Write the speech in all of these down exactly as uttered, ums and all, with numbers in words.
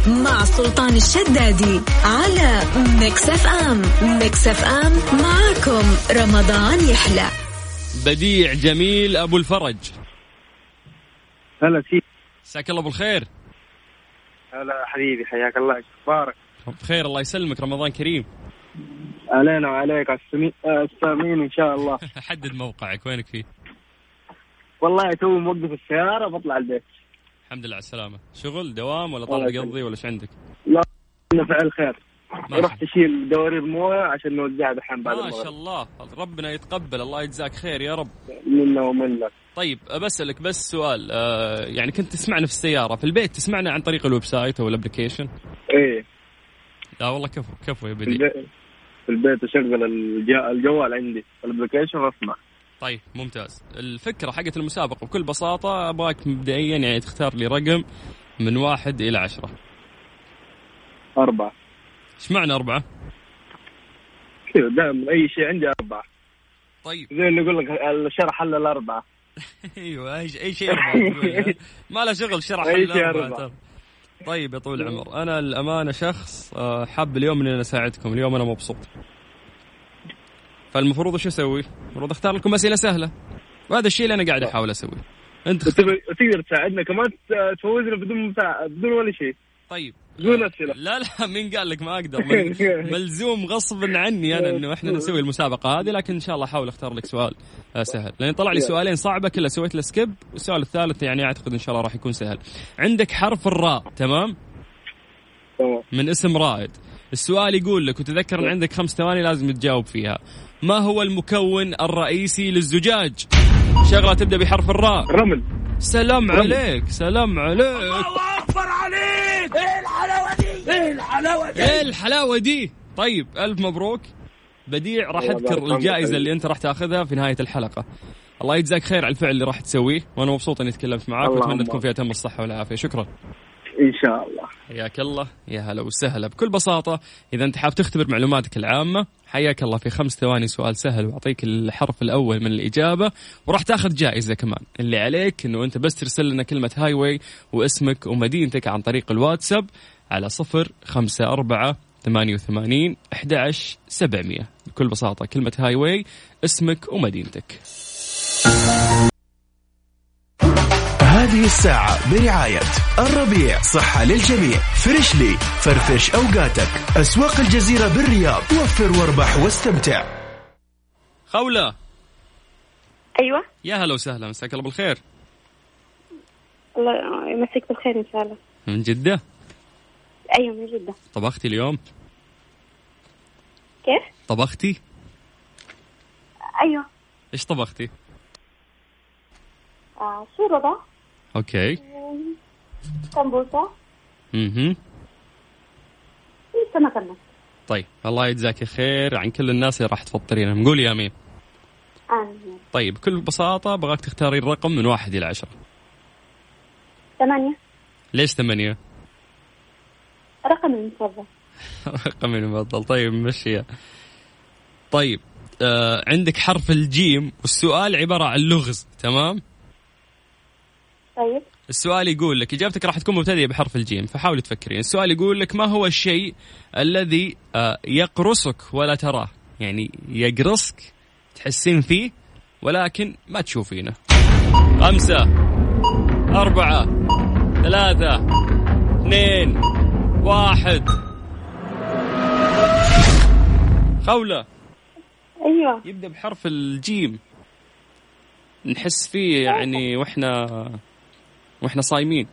مع سلطان الشدادي على ميكس اف ام. ميكس اف ام معاكم رمضان يحلى. بديع جميل أبو الفرج. هلا فيك. مساك الله بالخير. هلا حبيبي حياك الله. ايش اخبارك؟ بخير الله يسلمك. رمضان كريم علينا وعليك السامين ان شاء الله. حدد موقعك وينك فيه؟ والله تو موقف السيارة بطلع البيت. الحمد لله على السلامة. شغل دوام ولا طالع تقضي ولا ايش عندك؟ لا نفعل خير. رحت اشيل دواري المويه عشان نوزعها دحين بعد ما شاء الله. ربنا يتقبل. الله يجزاك خير يا رب. منا ومنك. طيب بسألك بس سؤال. آه يعني كنت تسمعنا في السيارة، في البيت تسمعنا عن طريق الويب سايت او الابليكيشن؟ ايه. لا والله كفو كفو يا بدي. في البيت اشغل الجوال عندي الابليكيشن واسمع. طيب ممتاز. الفكرة حقت المسابقة بكل بساطة أبغاك مبدئيا يعني تختار لي رقم من واحد إلى عشرة. أربعة. إيش معنى أربعة؟ كذا دائما أي شيء عندي أربعة. طيب. زي اللي يقول لك الشرح حل الأربعة. أيوة أي شيء أي شيء أربعة. ما له شغل شرح حل الأربعة. طيب يا طويل العمر أنا الأمانة شخص حاب اليوم إني أنا أساعدكم. اليوم أنا مبسوط. فالمفروض شو أسوي؟ المفروض أختار لكم أسئلة سهلة، وهذا الشيء اللي أنا قاعد أحاول أسويه. أنت تقدر تساعدنا كمان تفوزنا بدون مساعدة بدون ولا شيء. طيب بدون أسئلة. لا لا مين قال لك ما أقدر؟ ملزوم غصبا عني أنا إنه إحنا نسوي المسابقة هذه، لكن إن شاء الله أحاول أختار لك سؤال سهل، لأن طلع لي سؤالين صعبة كلها سويت له سكيب، والسؤال الثالث يعني أعتقد إن شاء الله راح يكون سهل. عندك حرف الراء تمام؟ من اسم رائد. السؤال يقول لك وتذكر أن عندك خمس ثواني لازم تجاوب فيها. ما هو المكون الرئيسي للزجاج؟ شغلة تبدأ بحرف الراء. رمل. سلام رمل. عليك سلام عليك. الله أكبر عليك. إيه الحلاوة دي؟ إيه الحلاوة دي؟ إيه الحلاوة دي؟ طيب ألف مبروك بديع. راح أذكر الجائزة اللي أنت راح تأخذها في نهاية الحلقة. الله يجزاك خير على الفعل اللي راح تسويه، وأنا مبسوط أني تكلمت معاك وأتمنى تكون فيها تم الصحة والعافية. شكرا. إن شاء الله. حياك الله. يا هلا وسهلا. بكل بساطة إذا أنت حاب تختبر معلوماتك العامة حياك الله، في خمس ثواني سؤال سهل وأعطيك الحرف الأول من الإجابة وراح تأخذ جائزة كمان. اللي عليك إنه أنت بس ترسل لنا كلمة هاي واي واسمك ومدينتك عن طريق الواتساب على صفر خمسة أربعة ثمانية وثمانين أحد عشر سبعمية. بكل بساطة كلمة هاي واي اسمك ومدينتك. هذه الساعة برعاية الربيع صحة للجميع، فريشلي فرفش أوقاتك، أسواق الجزيرة بالرياض، وفر واربح واستمتع. خولة. أيوة. يا هلا وسهلا. مساك الله بالخير. الله يمسك بالخير إن شاء الله. من جدة؟ أيوة من جدة. طبختي اليوم؟ كيف؟ طبختي؟ أيوة. إيش طبختي؟ آه شوربة. اوكي. سمبوسة. اها. لسه ما كملت. طيب الله يجزاك خير عن كل الناس اللي راح تفطرينهم. قولي امين. امين. طيب بكل بساطة بغاك تختاري الرقم من واحد إلى عشرة. ثمانية. ليش ثمانية؟ رقم المفضل. رقم المفضل. طيب مشيها. طيب آه عندك حرف الجيم والسؤال عبارة عن لغز تمام؟ طيب. السؤال يقول لك إجابتك راح تكون مبتدئة بحرف الجيم فحاول تفكرين. السؤال يقول لك ما هو الشيء الذي يقرصك ولا تراه؟ يعني يقرصك تحسين فيه ولكن ما تشوفينه. خمسة أربعة ثلاثة اثنين واحد. خولة. أيوة. يبدأ بحرف الجيم نحس فيه يعني وإحنا وإحنا صايمين.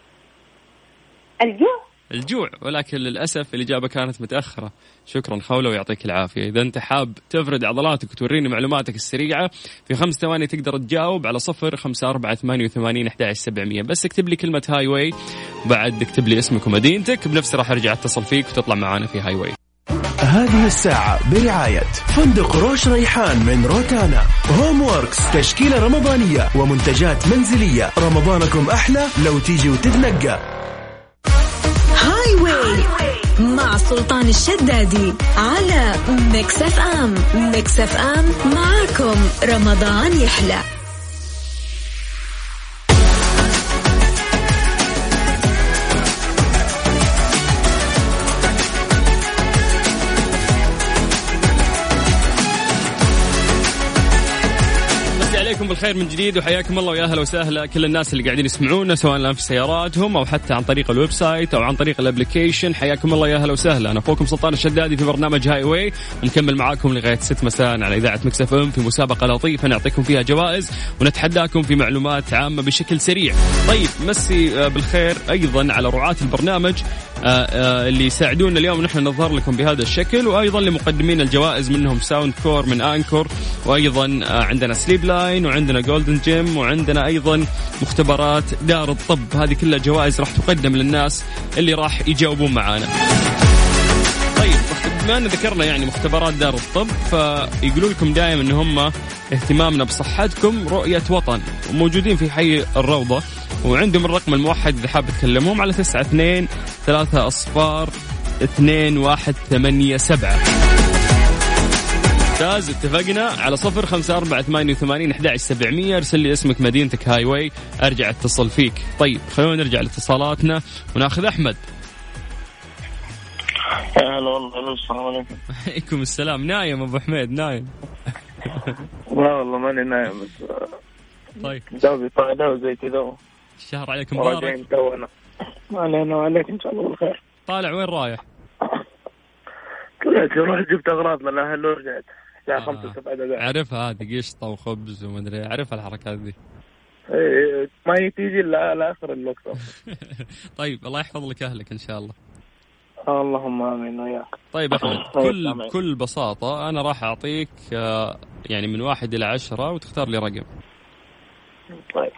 الجوع. الجوع ولكن للأسف الإجابة كانت متأخرة. شكرا خولة ويعطيك العافية. إذا أنت حاب تفرد عضلاتك وتوريني معلوماتك السريعة في خمس ثواني تقدر تجاوب على صفر خمسة أربعة ثمانية وثمانين أحد عشر سبعمية. بس اكتب لي كلمة هاي واي وبعد اكتب لي اسمك ومدينتك بنفسي راح أرجع أتصل فيك وتطلع معانا في هاي واي. هذه الساعة برعاية فندق روش ريحان من روتانا، هوم ووركس تشكيلة رمضانية ومنتجات منزلية. رمضانكم أحلى لو تيجي وتتنقى. هاي واي مع سلطان الشدادي على ميكس اف ام. ميكس اف ام معاكم رمضان يحلى. بالخير من جديد وحياكم الله ويا أهلا وسهلا كل الناس اللي قاعدين يسمعونا سواء الآن في سياراتهم أو حتى عن طريق الويب سايت أو عن طريق الابليكيشن. حياكم الله يا أهلا وسهلا. أنا أخوكم سلطان الشدادي في برنامج هاي واي ومكمل معاكم لغاية ست مساء على إذاعة ميكس اف ام في مسابقة لطيفة نعطيكم فيها جوائز ونتحداكم في معلومات عامة بشكل سريع. طيب مسي بالخير أيضا على رعاة البرنامج اللي يساعدونا اليوم نحن نظهر لكم بهذا الشكل، وأيضا لمقدمين الجوائز منهم ساوند كور من أنكور، وأيضا عندنا سليب لاين وعندنا جولدن جيم وعندنا أيضا مختبرات دار الطب. هذه كلها جوائز راح تقدم للناس اللي راح يجاوبون معانا. طيب بما أن ذكرنا يعني مختبرات دار الطب، فيقولوا لكم دائما أن هم اهتمامنا بصحتكم رؤية وطن، وموجودين في حي الروضة، وعندهم الرقم الموحد إذا حاب تكلمهم على تسعة اثنين ثلاثة أصفار اثنين واحد ثمانية سبعة. ممتاز، اتفقنا على صفر خمسة أربعة ثمانية وثمانين أحد عشر سبعمية. ارسل لي اسمك مدينتك هاي واي أرجع اتصل فيك. طيب خلونا نرجع لاتصالاتنا وناخذ أحمد. هلا والله. السلام عليكم. عليكم السلام. نايم أبو حميد؟ نايم؟ لا والله ماني نايم بس. طيب داوي طالع زي كذا. الشهر عليكم مبارك. علينا وعليك إن شاء الله بالخير. طالع وين رايح؟ طلعت رحت جبت أغراض من أهل ورجعت الساعة آه. خمسة سبعة دقائق. عرفها هذه قشطة وخبز ومدري، عرفها الحركات دي. إيه ما تيجي إلا لآخر الوقت. طيب الله يحفظ لك أهلك إن شاء الله. اللهم آمين وياك. طيب أحمد كل بكل بساطة أنا راح أعطيك يعني من واحد إلى عشرة وتختار لي رقم. طيب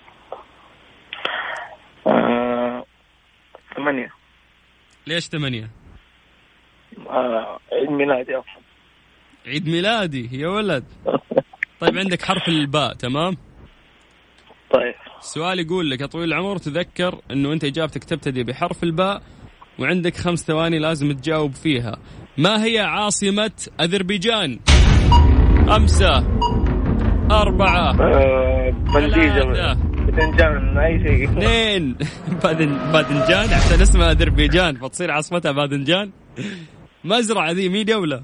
آه... ثمانية. ليش ثمانية؟ آه... عيد ميلادي أصلا. عيد ميلادي يا ولد. طيب عندك حرف الباء تمام؟ طيب السؤال يقول لك يا طويل العمر تذكر أنه أنت إجابتك تبتدي بحرف الباء وعندك خمس ثواني لازم تجاوب فيها. ما هي عاصمة أذربيجان؟ خمسة أربعة ثلاثة باذنجان أي شيء. اثنين باذن باذنجان عشان اسمها أذربيجان فتصير عاصمتها باذنجان. مزرعة ذي مي دولة.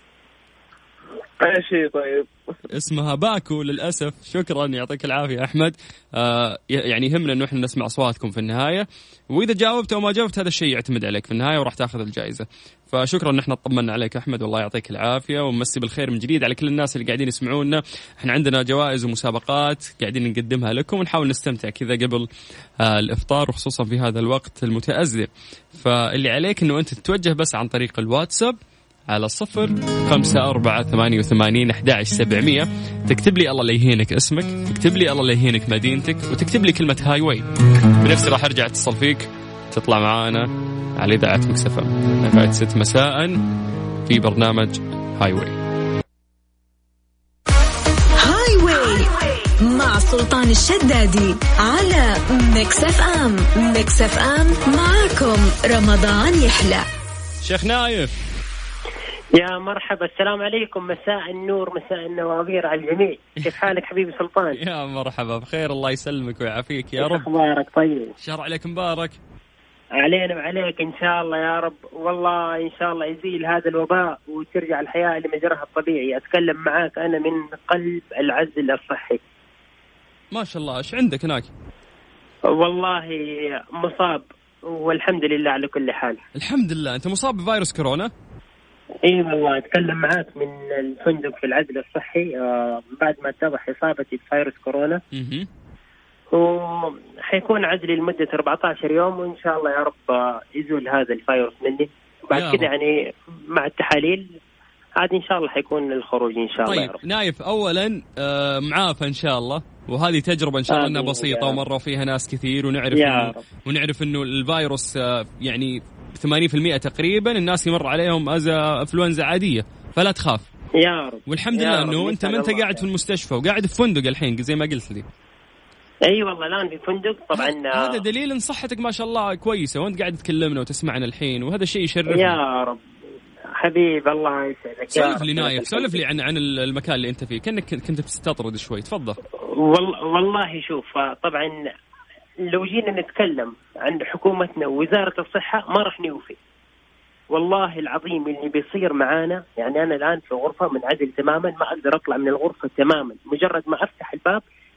أي شيء. طيب اسمها باكو للأسف. شكرا يعطيك العافية أحمد. آه يعني يهمنا أنه إحنا نسمع أصواتكم في النهاية، وإذا جاوبت أو ما جاوبت هذا الشيء يعتمد عليك في النهاية وراح تأخذ الجائزة. فشكرا أن احنا طمنا عليك أحمد والله يعطيك العافية، ومسي بالخير من جديد على كل الناس اللي قاعدين يسمعونا. احنا عندنا جوائز ومسابقات قاعدين نقدمها لكم ونحاول نستمتع كذا قبل آه الإفطار وخصوصا في هذا الوقت المتأزم. فاللي عليك أنه أنت تتوجه بس عن طريق الواتساب على صفر خمسة أربعة ثمانية وثمانين أحد عشر سبعمية. تكتب لي الله لا يهينك اسمك، تكتب لي الله لا يهينك مدينتك، وتكتب لي كلمة هاي واي. بنفسي راح أرجع اتصل فيك تطلع معانا على إذاعة ميكس اف ام لغاية ست مساء في برنامج هاي واي. هاي واي مع سلطان الشدادي على ميكس اف ام. ميكس اف ام معكم رمضان يحلى. شيخ نايف يا مرحبا. السلام عليكم. مساء النور مساء النوابير على الجميع. كيف حالك حبيبي سلطان؟ يا مرحبا بخير الله يسلمك ويعافيك يا رب. أخبارك طيب؟ شهر عليك مبارك. علينا وعليك إن شاء الله يا رب. والله إن شاء الله يزيل هذا الوباء وترجع الحياة لمجراها الطبيعي. أتكلم معاك أنا من قلب العزل الصحي. ما شاء الله. إيش عندك هناك؟ والله مصاب والحمد لله على كل حال. الحمد لله. أنت مصاب بفيروس كورونا؟ اي والله اتكلم معاك من الفندق في العزل الصحي آه بعد ما اتضح اصابتي بفيروس كورونا. اها وحيكون عزلي لمده أربعة عشر يوم وان شاء الله يا رب يزول هذا الفيروس مني. بعد كده يعني مع التحاليل عاد ان شاء الله حيكون الخروج ان شاء الله. طيب يا رب. نايف اولا آه معافى ان شاء الله، وهذه تجربه ان شاء الله انها بسيطه ومروا فيها ناس كثير، ونعرف إنه ونعرف انه الفيروس آه يعني ثمانين بالمئة تقريبا الناس يمر عليهم أزا أفلونزا عادية، فلا تخاف يا رب. والحمد لله أنه أنت ما أنت قاعد في المستشفى وقاعد في فندق الحين زي ما قلت لي. أي والله الآن في فندق طبعا. هذا دليل أن صحتك ما شاء الله كويسة وأنت قاعد تكلمنا وتسمعنا الحين، وهذا الشيء يشرفنا يا رب. حبيب الله يسعدك. سولف لي نايف، سولف لي عن عن المكان اللي أنت فيه، كأنك كنت بتستطرد شوي. تفضل. والله والله شوف طبعا لو جينا نتكلم عن حكومتنا ووزارة الصحة ما راح نوفي. والله العظيم اللي بيصير معانا يعني أنا الآن في غرفة منعزل تماما، ما أقدر أطلع من الغرفة تماما. مجرد ما أفتح الباب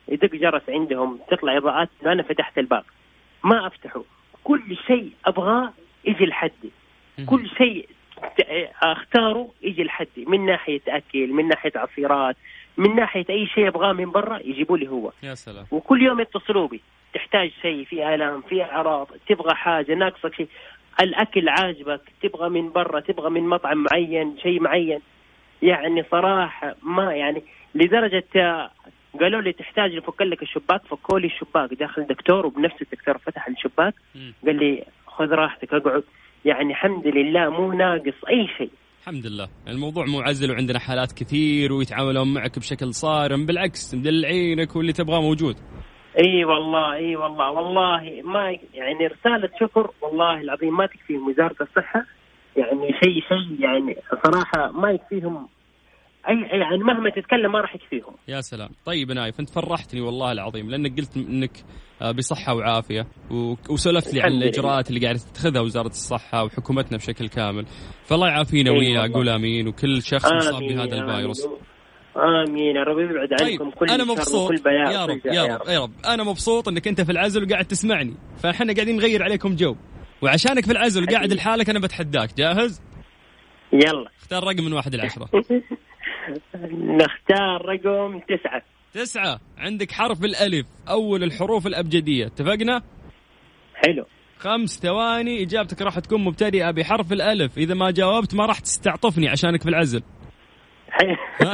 يدق جرس عندهم تطلع إضاءات أنا فتحت الباب ما أفتحه. كل شيء أبغاه يجي لحدي، كل شيء أختاره يجي لحدي، من ناحية أكل، من ناحية عصيرات، من ناحية أي شيء أبغاه من برا يجيبوا لي هو. يا سلام. وكل يوم يتصلوا بي، تحتاج شيء، في آلام، في أعراض، تبغى حاجة، ناقصك شيء، الأكل عاجبك، تبغى من برا، تبغى من مطعم معين، شيء معين. يعني صراحة ما يعني لدرجة قالوا لي تحتاج نفك لك الشباك، فكوا لي الشباك داخل دكتور، وبنفس الدكتور فتح الشباك قال لي خذ راحتك اقعد. يعني الحمد لله مو ناقص أي شيء. الحمد لله. الموضوع معزل وعندنا حالات كثير ويتعاملون معك بشكل صارم، بالعكس مدلعينك واللي تبغاه موجود. اي والله اي والله والله ما يعني رسالة شكر والله العظيم ما تكفيهم وزارة الصحة، يعني شيء شيء يعني صراحة ما يكفيهم أي، يعني مهما تتكلم ما راح يكفيهم. يا سلام. طيب نايف أنت فرحتني والله العظيم، لأنك قلت إنك بصحة وعافية وسولفت لي عن الإجراءات اللي قاعدة تتخذها وزارة الصحة وحكومتنا بشكل كامل، فالله يعافينا وياك. قول آمين. وكل شخص مصاب بهذا الفيروس آمين يا رب يبعد عنكم. طيب كل أنا مبسوط كل بيان يا رب يا رب يا رب. أنا مبسوط إنك أنت في العزل وقاعد تسمعني، فإحنا قاعدين نغير عليكم جو، وعشانك في العزل وقاعد لحالك أنا بتحداك. جاهز؟ يلا اختار رقم من واحد لعشرة. نختار رقم تسعة. تسعة. عندك حرف الألف، أول الحروف الأبجدية، اتفقنا؟ حلو. خمس ثواني إجابتك راح تكون مبتدئة بحرف الألف، إذا ما جاوبت ما راح تستعطفني عشانك في العزل. حلو.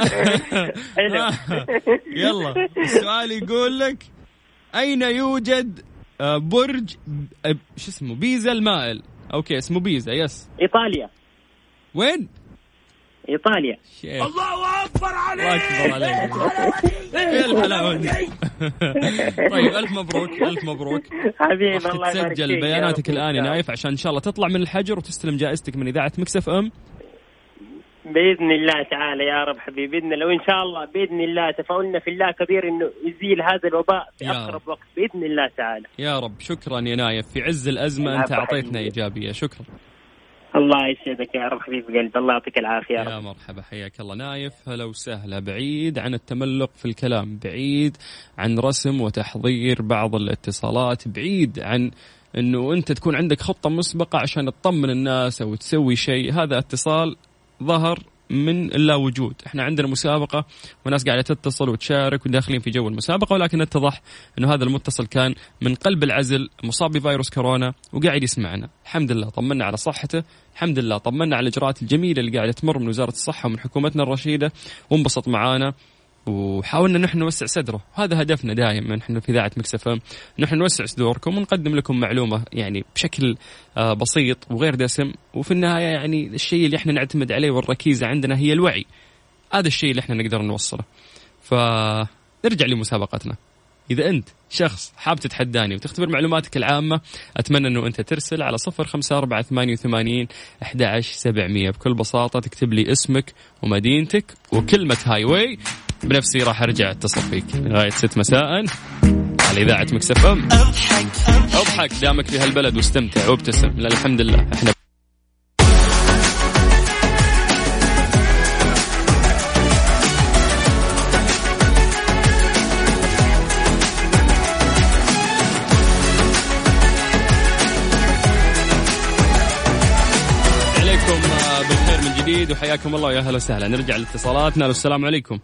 يلا السؤال يقول لك أين يوجد برج شو اسمه بيزا المائل؟ أوكي اسمه بيزا. يس. إيطاليا. وين؟ إيطاليا. الله أكبر عليك. الله أكبر عليك. إيه الحلاوة دي. طيب ألف مبروك ألف مبروك حبيبي. الله يبارك فيك. تسجل بياناتك الآن يا نايف عشان إن شاء الله تطلع من الحجر وتستلم جائزتك من إذاعة مكس اف ام بإذن الله تعالى يا رب حبيبي. بإذن الله وإن شاء الله بإذن الله تفاؤلنا في الله كبير إنه يزيل هذا الوباء في أقرب وقت بإذن الله تعالى يا رب. شكرا يا نايف، في عز الأزمة أنت أعطيتنا إيجابية. شكرا. الله يسعدك يا رب حبيبي قلب. الله يعطيك العافية يا رب. يا مرحبا حياك الله نايف. هلا وسهلا. بعيد عن التملق في الكلام، بعيد عن رسم وتحضير بعض الاتصالات، بعيد عن أنه أنت تكون عندك خطة مسبقة عشان تطمن الناس أو تسوي شيء. هذا اتصال ظهر من اللا وجود. احنا عندنا مسابقة وناس قاعدة تتصل وتشارك وداخلين في جو المسابقة، ولكن اتضح انه هذا المتصل كان من قلب العزل مصاب بفيروس كورونا وقاعد يسمعنا. الحمد لله طمنا على صحته، الحمد لله طمنا على الإجراءات الجميلة اللي قاعدة تمر من وزارة الصحة ومن حكومتنا الرشيدة، وانبسط معانا وحاولنا نحن نوسع صدره. هذا هدفنا دائما نحن في إذاعة مكس اف ام، نحن نوسع صدوركم ونقدم لكم معلومة يعني بشكل بسيط وغير دسم، وفي النهاية يعني الشيء اللي احنا نعتمد عليه والركيزة عندنا هي الوعي. هذا الشيء اللي احنا نقدر نوصله. فنرجع لمسابقتنا. إذا أنت شخص حاب تتحداني وتختبر معلوماتك العامة، أتمنى أنه أنت ترسل على صفر خمسة أربعة ثمانية وثمانين أحد عشر سبعمية. بكل بساطة تكتب لي اسمك ومدينتك وكلمة هاي واي، بنفسي راح أرجع أتصل فيك لغاية ست مساء على إذاعة مكس اف ام. أضحك دامك في هالبلد واستمتع وابتسم. لا الحمد لله احنا وحياكم الله ويا اهلا وسهلا. نرجع لاتصالاتنا. السلام عليكم.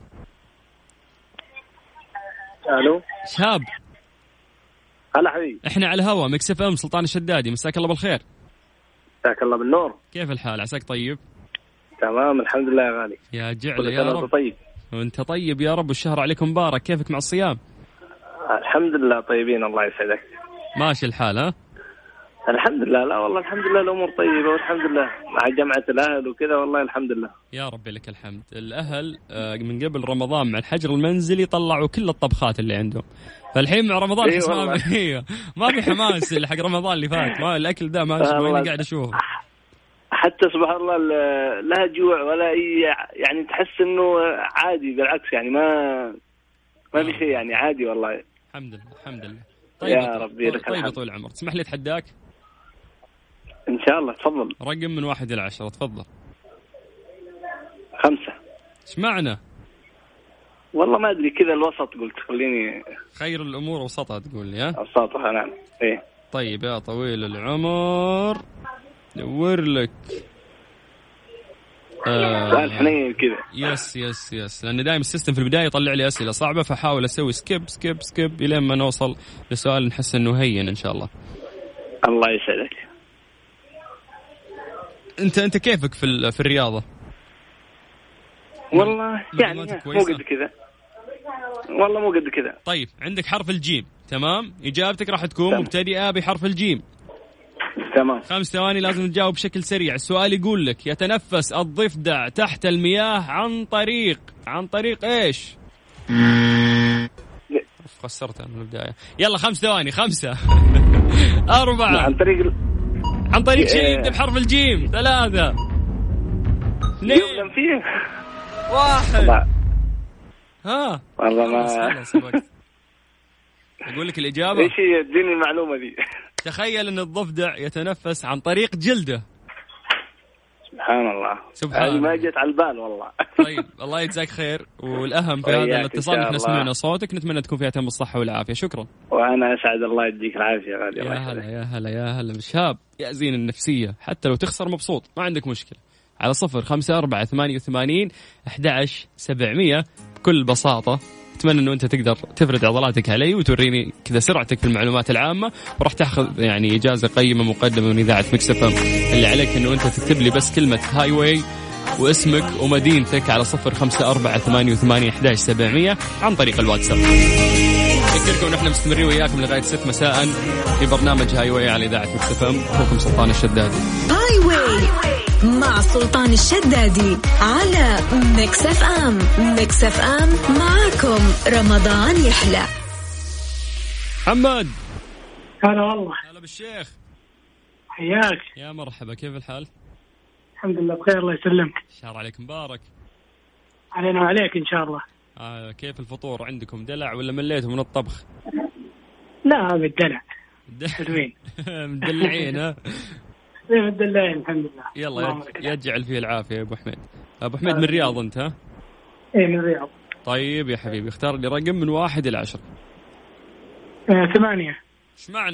الو شهاب. هلا حبيبي. احنا على الهواء مكس اف ام. سلطان الشدادي، مساك الله بالخير. مساك الله بالنور. كيف الحال؟ عساك طيب؟ تمام الحمد لله يا غالي. يا جعل يا رب. طيب. وانت طيب يا رب، والشهر عليكم مبارك. كيفك مع الصيام؟ الحمد لله طيبين الله يسعدك. ماشي الحال ها؟ الحمد لله. لا والله الحمد لله الأمور طيبة والحمد لله مع جمعة الأهل وكذا والله الحمد لله. يا رب لك الحمد. الأهل من قبل رمضان مع الحجر المنزلي طلعوا كل الطبخات اللي عندهم، فالحين مع رمضان إيه ما في ما في حماس حق رمضان اللي فات. ما الأكل ده ما وين قاعد أشوفه. حتى سبحان الله لا جوع ولا أي يعني تحس إنه عادي، بالعكس يعني ما ما في شيء يعني عادي والله. الحمد لله الحمد لله. طيب يا ربي لك طيب الحمد. طول العمر. تسمح لي أتحداك؟ إن شاء الله تفضل. رقم من واحد إلى عشرة تفضل. خمسة. إيش معنى؟ والله ما أدري كذا الوسط قلت خليني خير الأمور وسطها تقول لي ها؟ وسطها نعم. إيه. طيب يا طويل العمر دور لك آه سؤال حنين كذا. يس يس يس لأن دائما السيستم في البداية يطلع لي أسئلة صعبة، فحاول أسوي سكيب سكيب سكيب إلى ما نوصل لسؤال نحس إنه هين إن شاء الله. الله يسعدك. أنت أنت كيفك في في الرياضة؟ والله يعني مو قد كذا، والله مو قد كذا. طيب عندك حرف الجيم، تمام؟ إجابتك راح تكون تمام. مبتدئة بحرف الجيم. تمام. خمس ثواني لازم تجاوب بشكل سريع. السؤال يقول لك يتنفس الضفدع تحت المياه عن طريق عن طريق ايش؟ خسرتها من البداية. يلا خمس ثواني. خمسة أربعة. عن طريق عن طريق شيء يبدأ بحرف الجيم. ثلاثة اثنين فيه واحد. لا. ها والله ما أقول لك الإجابة. ايش هي؟ اديني المعلومة دي. تخيل أن الضفدع يتنفس عن طريق جلده. سبحان الله. سبحان الله. ما الله. جت على البال والله. طيب الله يجزاك خير، والأهم في هذا الاتصال نحن سمعنا صوتك، نتمنى تكون فيها تم الصحة والعافية. شكرا. وأنا أسعد، الله يديك العافية غالي. يا هلا يا هلا يا هلا شاب يا زين النفسية، حتى لو تخسر مبسوط ما عندك مشكلة. على صفر خمسة أربعة ثمانية وثمانين أحد عشر سبعمية بكل بساطة. أتمنى أنه أنت تقدر تفرد عضلاتك علي وتوريني كذا سرعتك في المعلومات العامة، وراح تأخذ يعني إجازة قيمة مقدمة من إذاعة ميكس إف إم. اللي عليك أنه أنت تكتب لي بس كلمة هاي واي واسمك ومدينتك على صفر خمسة أربعة ثمانية وثمانين أحد عشر سبعمية عن طريق الواتساب. أذكركم نحن مستمرين وياكم لغاية ست مساء في برنامج هاي واي على إذاعة ميكس إف إم. أخوكم سلطان الشدادي. هاي واي مع سلطان الشدادي على ميكس إف إم. ميكس إف إم معكم رمضان يحلى. محمد. هلا والله. هلا بالشيخ. حياك. يا مرحبا، كيف الحال؟ الحمد لله بخير الله يسلمك. شهر عليك مبارك. علينا وعليك إن شاء الله. آه كيف الفطور عندكم؟ دلع ولا مليتوا من الطبخ؟ لا بالدلع. حلوين. مدلعين ها؟ ايه مدلعين الحمد لله. يلا يجعل فيه العافية يا أبو حميد. أبو حميد من الرياض أنت ها؟ ايه من الرياض. طيب يا حبيبي اختار لي رقم من واحد إلى عشرة. آه ثمانية. إيش معنى؟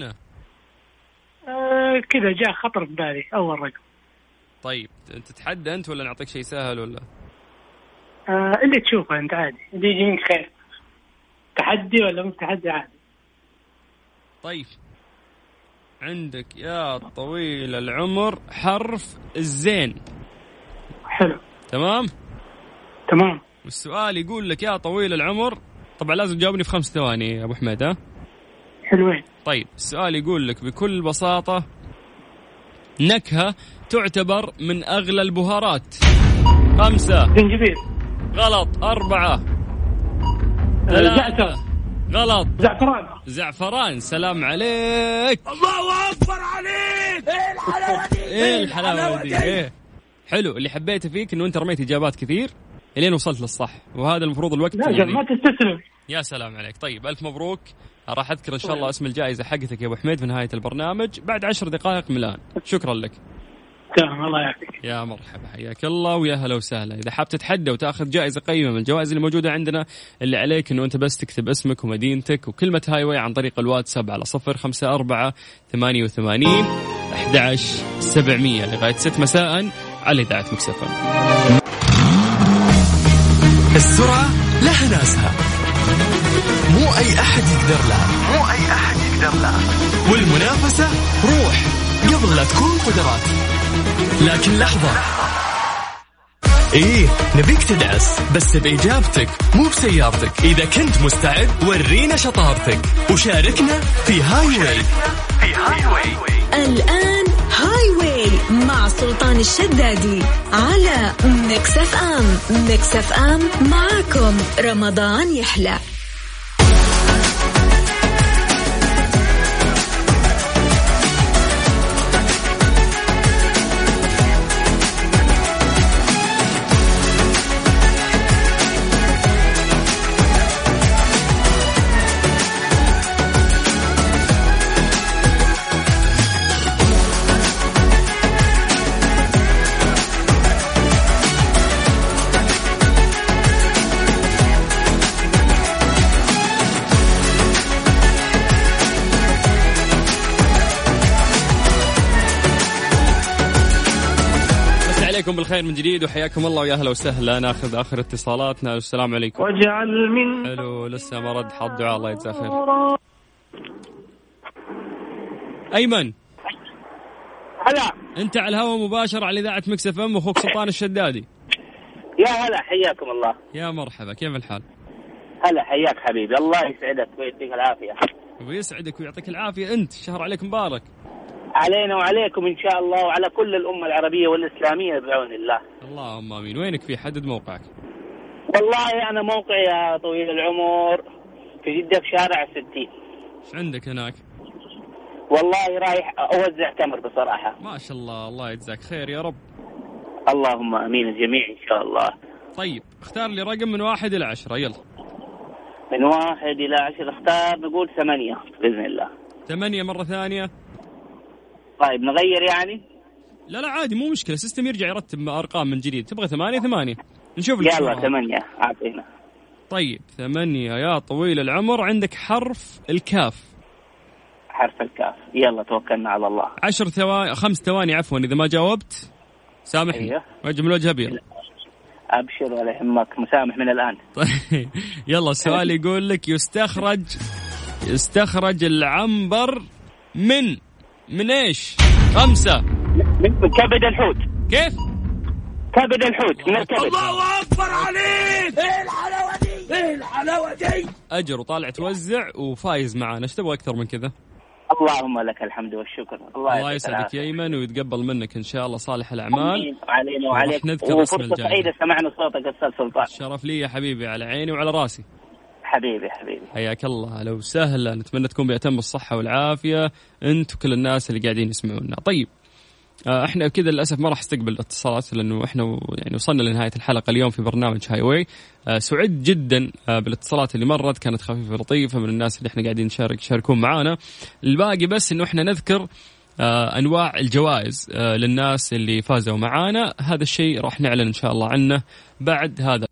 آه كذا جاء خطر في بالي أول رقم. طيب أنت تتحدى أنت ولا نعطيك شيء سهل ولا؟ آه اللي تشوفه أنت عادي، اللي يجي منك خير. تحدي ولا مش تحدي عادي. طيب عندك يا طويل العمر حرف الزين. حلو. تمام تمام. والسؤال يقول لك يا طويل العمر، طبعا لازم تجاوبني في خمس ثواني يا أبو حميد ها؟ حلوين. طيب السؤال يقول لك بكل بساطة نكهة تعتبر من أغلى البهارات. خمسة. زنجبيل. غلط. أربعة. زعتر. غلط. زعفران. زعفران. سلام عليك. الله أكبر عليك. إيه الحلاوة دي؟ إيه الحلاوة دي؟ إيه حلو. اللي حبيته فيك إنه أنت رميت إجابات كثير إلين وصلت للصح، وهذا المفروض الوقت. لا يعني ما تستسلم. يا سلام عليك. طيب ألف مبروك. راح أذكر إن شاء الله اسم الجائزة حقتك يا أبو حميد في نهاية البرنامج بعد عشر دقائق من الآن. شكرا لك. تمام الله يعافيك. يا مرحبا حياك الله ويا هلا وسهلا. إذا حاب تتحدى وتأخذ جائزة قيمة من الجوائز اللي موجودة عندنا، اللي عليك إنه أنت بس تكتب اسمك ومدينتك وكلمة هاي واي عن طريق الواتساب على صفر خمسة أربعة ثمانية وثمانين أحد عشر سبعمية لغاية ست مساء على إذاعة ميكس إف إم. السرعة لها ناسها، مو أي أحد يقدر لها، مو أي أحد يقدر لها، والمنافسة روح قبل لا تكون قدرات. لكن لحظة، إيه نبيك تدعس بس بإجابتك مو بسيارتك. إذا كنت مستعد ورينا شطارتك وشاركنا في هاي واي. في هاي واي الآن هاي واي مع سلطان الشدادي على ميكس إف إم. ميكس إف إم معكم رمضان يحلى. مسيكم بالخير من جديد وحياكم الله ويا اهلا وسهلا. ناخذ اخر اتصالاتنا. السلام عليكم. واجعل من حلو لسه ما رد حظ دعاء الله يجزاه خير. ايمن هلا انت على الهواء مباشر على اذاعه مكس اف ام واخوك سلطان الشدادي. يا هلا حياكم الله. يا مرحبا كيف الحال؟ هلا حياك حبيبي الله يسعدك ويعطيك العافيه. ويسعدك ويعطيك العافيه. انت شهر عليك مبارك. علينا وعليكم ان شاء الله وعلى كل الامه العربيه والاسلاميه بعون الله. اللهم امين. وينك في حدد موقعك؟ والله انا موقعي يا طويل العمر في جده في شارع الستين. ايش عندك هناك؟ والله رايح اوزع تمر بصراحه. ما شاء الله الله يجزاك خير يا رب. اللهم امين الجميع ان شاء الله. طيب اختار لي رقم من واحد الى عشرة يلا. من واحد الى عشرة اختار نقول ثمانية باذن الله. ثمانية مرة ثانية. طيب نغير يعني؟ لا لا عادي مو مشكلة. السيستم يرجع يرتب ارقام من جديد. تبغى ثمانية ثمانية نشوف. يلا ثمانية اعطينا. طيب ثمانية يا طويل العمر. عندك حرف الكاف. حرف الكاف. يلا توكلنا على الله. عشر ثواني خمس ثواني عفوا إذا ما جاوبت سامحني. أيوه. وجه من وجه أبيض. أبشر ولا يهمك مسامح من الآن. طيب يلا السؤال يقول لك يستخرج يستخرج العنبر من من إيش؟ خمسة. من كبد الحوت. كيف؟ كبد الحوت من الكبد. الله أكبر عليك. إيه الحلاوة دي؟ إيه الحلاوة دي؟ أجر وطالع توزع وفايز معانا. إيش تبغى أكثر من كذا؟ اللهم لك الحمد والشكر. الله, الله يسعدك يا أيمن ويتقبل منك إن شاء الله صالح الأعمال. علينا وعليك. نذكر اسم الجائزة. سعيدة سمعنا صوتك أستاذ سلطان. شرف لي يا حبيبي على عيني وعلى راسي. حبيبي حبيبي حياك الله. لو سهلا نتمنى تكون بأتم الصحة والعافية أنت وكل الناس اللي قاعدين يسمعونا. طيب احنا كذا للاسف ما راح استقبل اتصالات لانه احنا يعني وصلنا لنهايه الحلقه اليوم في برنامج هاي واي. سعيد جدا بالاتصالات اللي مرت كانت خفيفه لطيفه من الناس اللي احنا قاعدين نشارك يشاركون معانا. الباقي بس انه احنا نذكر انواع الجوائز للناس اللي فازوا معانا. هذا الشيء راح نعلن ان شاء الله عنه بعد هذا.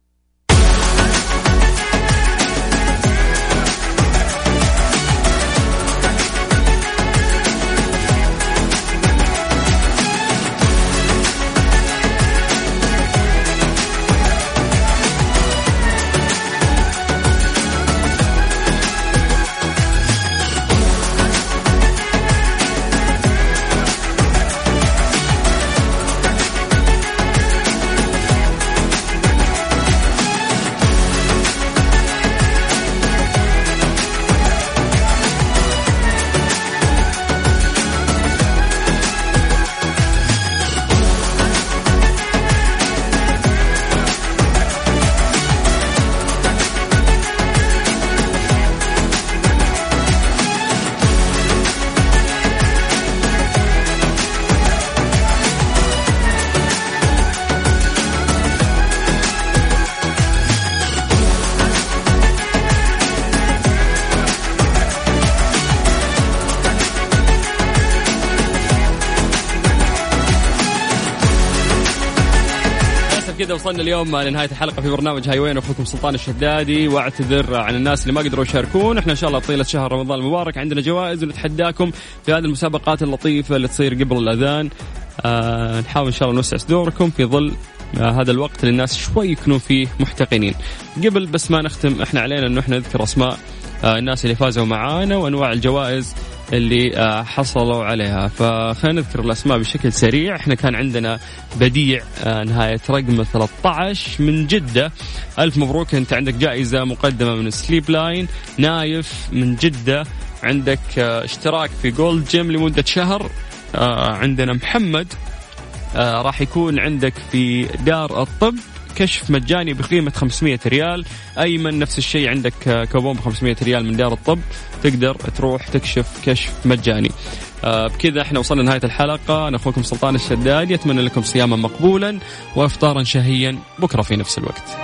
كذا وصلنا اليوم لنهاية الحلقة في برنامج هاي وين. أخوكم سلطان الشدادي واعتذر عن الناس اللي ما قدروا يشاركون. احنا إن شاء الله طيلة شهر رمضان المبارك عندنا جوائز ونتحداكم في هذه المسابقات اللطيفة اللي تصير قبل الأذان. آه نحاول إن شاء الله نوسع صدوركم في ظل آه هذا الوقت اللي الناس شوي يكونوا فيه محتقنين. قبل بس ما نختم احنا علينا إنه احنا نذكر أسماء آه الناس اللي فازوا معانا وأنواع الجوائز اللي آه حصلوا عليها. فخلينا نذكر الأسماء بشكل سريع. احنا كان عندنا بديع آه نهاية رقم ثلاثة عشر من جدة، ألف مبروك أنت عندك جائزة مقدمة من سليب لاين. نايف من جدة عندك آه اشتراك في جولد جيم لمدة شهر. آه عندنا محمد آه راح يكون عندك في دار الطب كشف مجاني بقيمة خمسمية ريال. أيمن نفس الشيء عندك كوبون بخمسمية ريال من دار الطب تقدر تروح تكشف كشف مجاني. آه بكذا احنا وصلنا لنهاية الحلقة. أنا أخوكم سلطان الشدادي أتمنى لكم صياما مقبولا وإفطارا شهيا بكرة في نفس الوقت.